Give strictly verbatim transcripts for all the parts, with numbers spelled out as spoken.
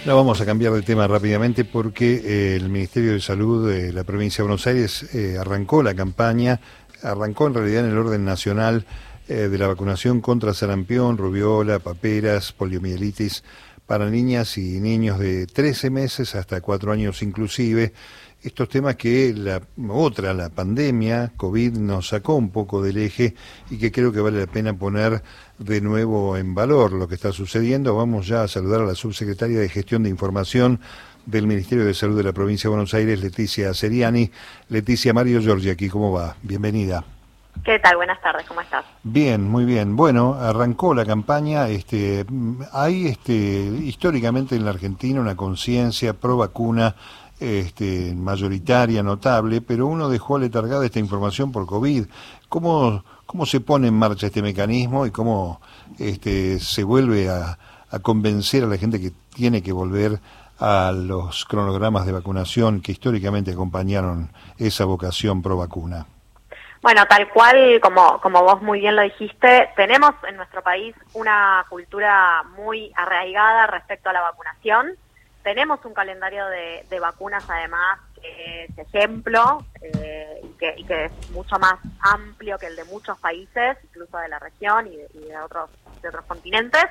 No, vamos a cambiar de tema rápidamente porque eh, el Ministerio de Salud de la provincia de Buenos Aires eh, arrancó la campaña, arrancó en realidad en el orden nacional eh, de la vacunación contra sarampión, rubiola, paperas, poliomielitis para niñas y niños de trece meses hasta cuatro años inclusive. Estos temas que la otra, la pandemia, COVID, nos sacó un poco del eje y que creo que vale la pena poner de nuevo en valor lo que está sucediendo. Vamos ya a saludar a la subsecretaria de Gestión de Información del Ministerio de Salud de la Provincia de Buenos Aires, Leticia Seriani. Leticia, Mario Giorgi aquí, ¿cómo va? Bienvenida. ¿Qué tal? Buenas tardes, ¿cómo estás? Bien, muy bien. Bueno, arrancó la campaña. Este, hay este, históricamente en la Argentina una conciencia pro vacuna este, mayoritaria, notable, pero uno dejó aletargada esta información por COVID. ¿Cómo, cómo se pone en marcha este mecanismo y cómo este, se vuelve a, a convencer a la gente que tiene que volver a los cronogramas de vacunación que históricamente acompañaron esa vocación pro vacuna? Bueno, tal cual, como, como vos muy bien lo dijiste, tenemos en nuestro país una cultura muy arraigada respecto a la vacunación. Tenemos un calendario de, de vacunas, además, que es ejemplo eh, y, que, y que es mucho más amplio que el de muchos países, incluso de la región y de, y de, otros, de otros continentes.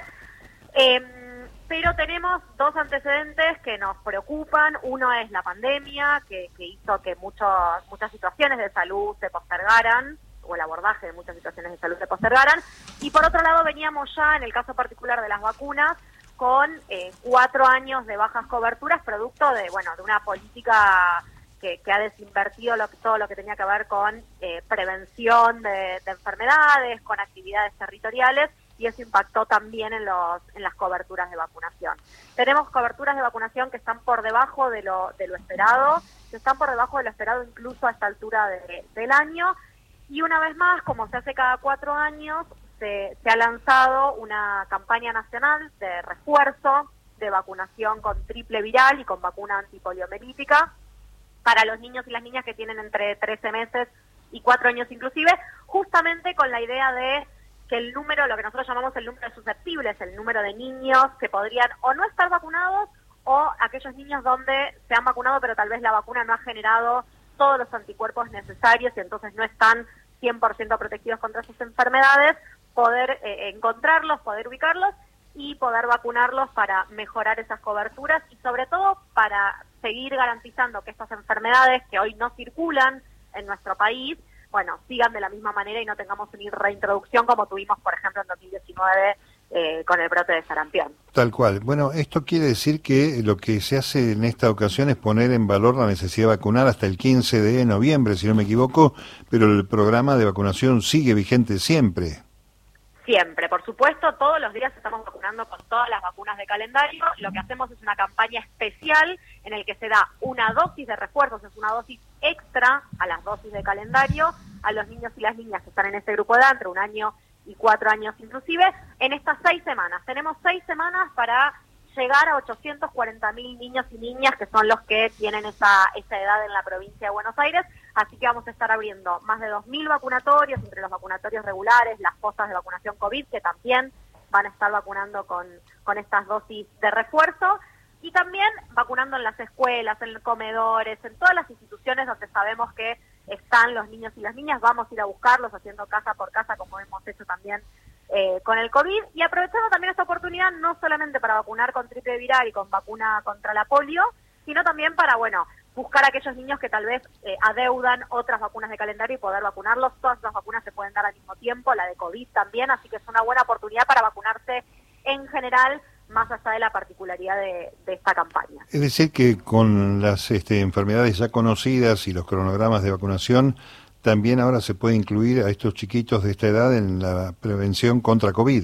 Eh, pero tenemos dos antecedentes que nos preocupan. Uno es la pandemia, que, que hizo que muchos, muchas situaciones de salud se postergaran, o el abordaje de muchas situaciones de salud se postergaran. Y por otro lado veníamos ya, en el caso particular de las vacunas, con eh, cuatro años de bajas coberturas, producto de, bueno, de una política que, que ha desinvertido lo, todo lo que tenía que ver con eh, prevención de, de enfermedades, con actividades territoriales, y eso impactó también en los en las coberturas de vacunación. Tenemos coberturas de vacunación que están por debajo de lo de lo esperado, que están por debajo de lo esperado incluso a esta altura de, del año, y una vez más, como se hace cada cuatro años, se, se ha lanzado una campaña nacional de refuerzo de vacunación con triple viral y con vacuna antipoliomelítica para los niños y las niñas que tienen entre trece meses y cuatro años inclusive, justamente con la idea de que el número, lo que nosotros llamamos el número de susceptibles, el número de niños que podrían o no estar vacunados, o aquellos niños donde se han vacunado pero tal vez la vacuna no ha generado todos los anticuerpos necesarios y entonces no están cien por ciento protegidos contra sus enfermedades, poder eh, encontrarlos, poder ubicarlos y poder vacunarlos para mejorar esas coberturas y sobre todo para seguir garantizando que estas enfermedades que hoy no circulan en nuestro país, bueno, sigan de la misma manera y no tengamos una reintroducción como tuvimos, por ejemplo, en dos mil diecinueve eh, con el brote de sarampión. Tal cual. Bueno, esto quiere decir que lo que se hace en esta ocasión es poner en valor la necesidad de vacunar hasta el quince de noviembre, si no me equivoco, pero el programa de vacunación sigue vigente siempre. Siempre, por supuesto, todos los días estamos vacunando con todas las vacunas de calendario. Lo que hacemos es una campaña especial en el que se da una dosis de refuerzos, es una dosis extra a las dosis de calendario, a los niños y las niñas que están en este grupo de edad, entre un año y cuatro años inclusive, en estas seis semanas. Tenemos seis semanas para llegar a ochocientos cuarenta mil niños y niñas que son los que tienen esa, esa edad en la provincia de Buenos Aires, así que vamos a estar abriendo más de dos mil vacunatorios, entre los vacunatorios regulares, las postas de vacunación COVID, que también van a estar vacunando con, con estas dosis de refuerzo, y también vacunando en las escuelas, en los comedores, en todas las instituciones donde sabemos que están los niños y las niñas, vamos a ir a buscarlos haciendo casa por casa, como hemos hecho también Eh, con el COVID, y aprovechando también esta oportunidad no solamente para vacunar con triple viral y con vacuna contra la polio, sino también para, bueno, buscar a aquellos niños que tal vez eh, adeudan otras vacunas de calendario y poder vacunarlos. Todas las vacunas se pueden dar al mismo tiempo, la de COVID también, así que es una buena oportunidad para vacunarse en general, más allá de la particularidad de, de esta campaña. Es decir que con las este, enfermedades ya conocidas y los cronogramas de vacunación, también ahora se puede incluir a estos chiquitos de esta edad en la prevención contra COVID.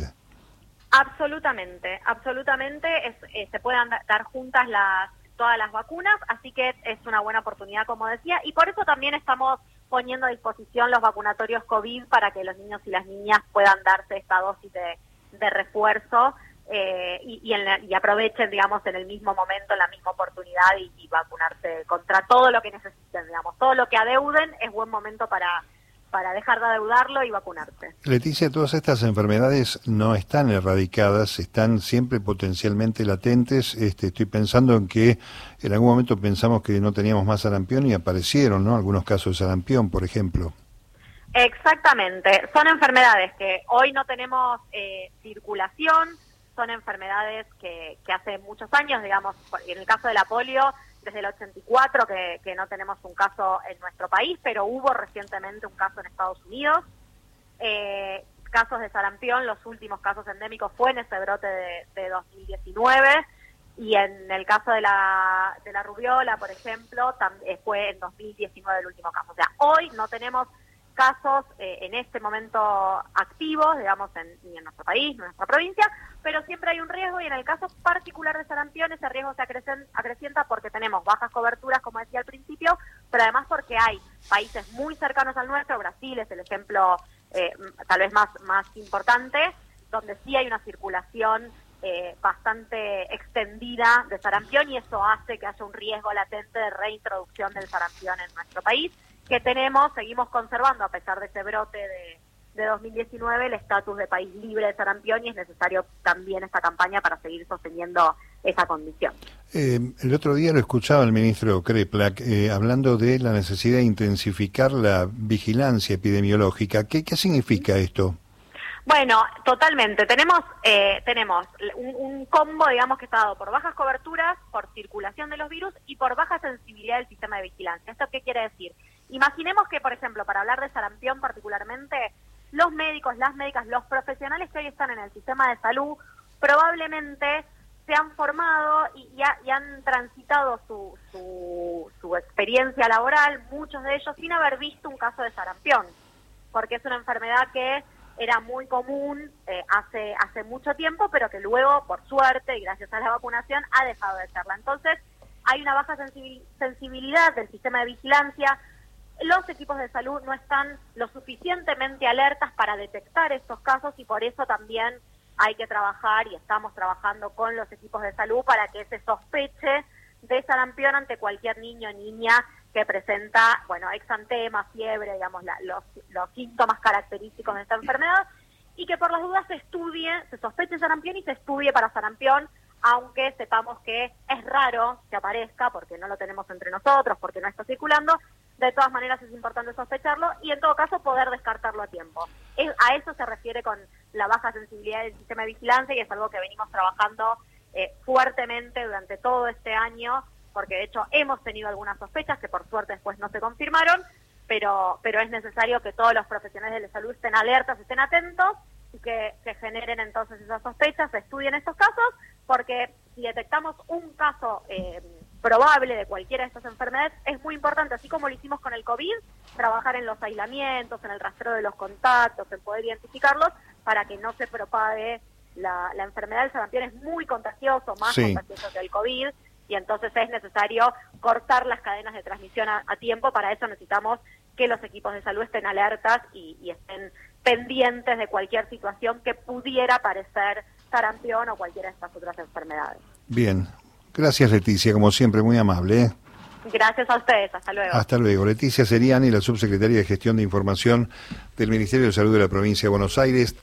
Absolutamente, absolutamente, es, eh, se pueden dar juntas las todas las vacunas, así que es una buena oportunidad, como decía, y por eso también estamos poniendo a disposición los vacunatorios COVID para que los niños y las niñas puedan darse esta dosis de, de refuerzo eh, y, y, en la, y aprovechen, digamos, en el mismo momento, en la misma oportunidad y, y vacunarse contra todo lo que necesiten, digamos, todo lo que adeuden es buen momento para para dejar de adeudarlo y vacunarse. Leticia, todas estas enfermedades no están erradicadas, están siempre potencialmente latentes. Este, estoy pensando en que en algún momento pensamos que no teníamos más sarampión y aparecieron, ¿no?, algunos casos de sarampión, por ejemplo. Exactamente, son enfermedades que hoy no tenemos eh, circulación, son enfermedades que, que hace muchos años, digamos, en el caso de la polio, desde el ochenta y cuatro que, que no tenemos un caso en nuestro país, pero hubo recientemente un caso en Estados Unidos. Eh, casos de sarampión, los últimos casos endémicos fue en ese brote de, de dos mil diecinueve, y en el caso de la, de la rubiola, por ejemplo, también fue en dos mil diecinueve el último caso. O sea, hoy no tenemos casos eh, en este momento activos, digamos, en, ni en nuestro país, ni en nuestra provincia, pero siempre hay un riesgo, y en el caso particular de sarampión ese riesgo se acrecen, acrecienta porque tenemos bajas coberturas, como decía al principio, pero además porque hay países muy cercanos al nuestro, Brasil es el ejemplo eh, tal vez más, más importante, donde sí hay una circulación eh, bastante extendida de sarampión, y eso hace que haya un riesgo latente de reintroducción del sarampión en nuestro país, que tenemos, seguimos conservando, a pesar de ese brote de, de dos mil diecinueve, el estatus de país libre de sarampión, y es necesario también esta campaña para seguir sosteniendo esa condición. Eh, el otro día lo escuchaba el ministro Kreplak eh, hablando de la necesidad de intensificar la vigilancia epidemiológica. ¿Qué, qué significa esto? Bueno, totalmente. Tenemos eh, tenemos un, un combo, digamos, que está dado por bajas coberturas, por circulación de los virus y por baja sensibilidad del sistema de vigilancia. ¿Esto qué quiere decir? Imaginemos que, por ejemplo, para hablar de sarampión particularmente, los médicos, las médicas, los profesionales que hoy están en el sistema de salud probablemente se han formado y, y, ha, y han transitado su, su, su experiencia laboral, muchos de ellos sin haber visto un caso de sarampión, porque es una enfermedad que era muy común eh, hace hace mucho tiempo, pero que luego, por suerte y gracias a la vacunación, ha dejado de serla. Entonces, hay una baja sensibilidad del sistema de vigilancia. Los equipos de salud no están lo suficientemente alertas para detectar estos casos, y por eso también hay que trabajar, y estamos trabajando con los equipos de salud para que se sospeche de sarampión ante cualquier niño o niña que presenta, bueno, exantema, fiebre, digamos, la, los, los síntomas característicos de esta enfermedad, y que por las dudas se estudie, se sospeche sarampión y se estudie para sarampión, aunque sepamos que es raro que aparezca porque no lo tenemos entre nosotros, porque no está circulando. De todas maneras es importante sospecharlo y en todo caso poder descartarlo a tiempo. Es, a eso se refiere con la baja sensibilidad del sistema de vigilancia, y es algo que venimos trabajando eh, fuertemente durante todo este año, porque de hecho hemos tenido algunas sospechas que por suerte después no se confirmaron, pero pero es necesario que todos los profesionales de la salud estén alertas, estén atentos, y que se generen entonces esas sospechas, se estudien estos casos, porque si detectamos un caso eh, probable de cualquiera de estas enfermedades, es muy importante, así como lo hicimos con el COVID, trabajar en los aislamientos, en el rastreo de los contactos, en poder identificarlos para que no se propague la, la enfermedad. El sarampión es muy contagioso, más sí. contagioso que el COVID, y entonces es necesario cortar las cadenas de transmisión a, a tiempo. Para eso necesitamos que los equipos de salud estén alertas y, y estén pendientes de cualquier situación que pudiera parecer sarampión o cualquiera de estas otras enfermedades. Bien, gracias Leticia, como siempre, muy amable. ¿eh? Gracias a ustedes, hasta luego. Hasta luego. Leticia Seriani, la subsecretaria de Gestión de Información del Ministerio de Salud de la Provincia de Buenos Aires.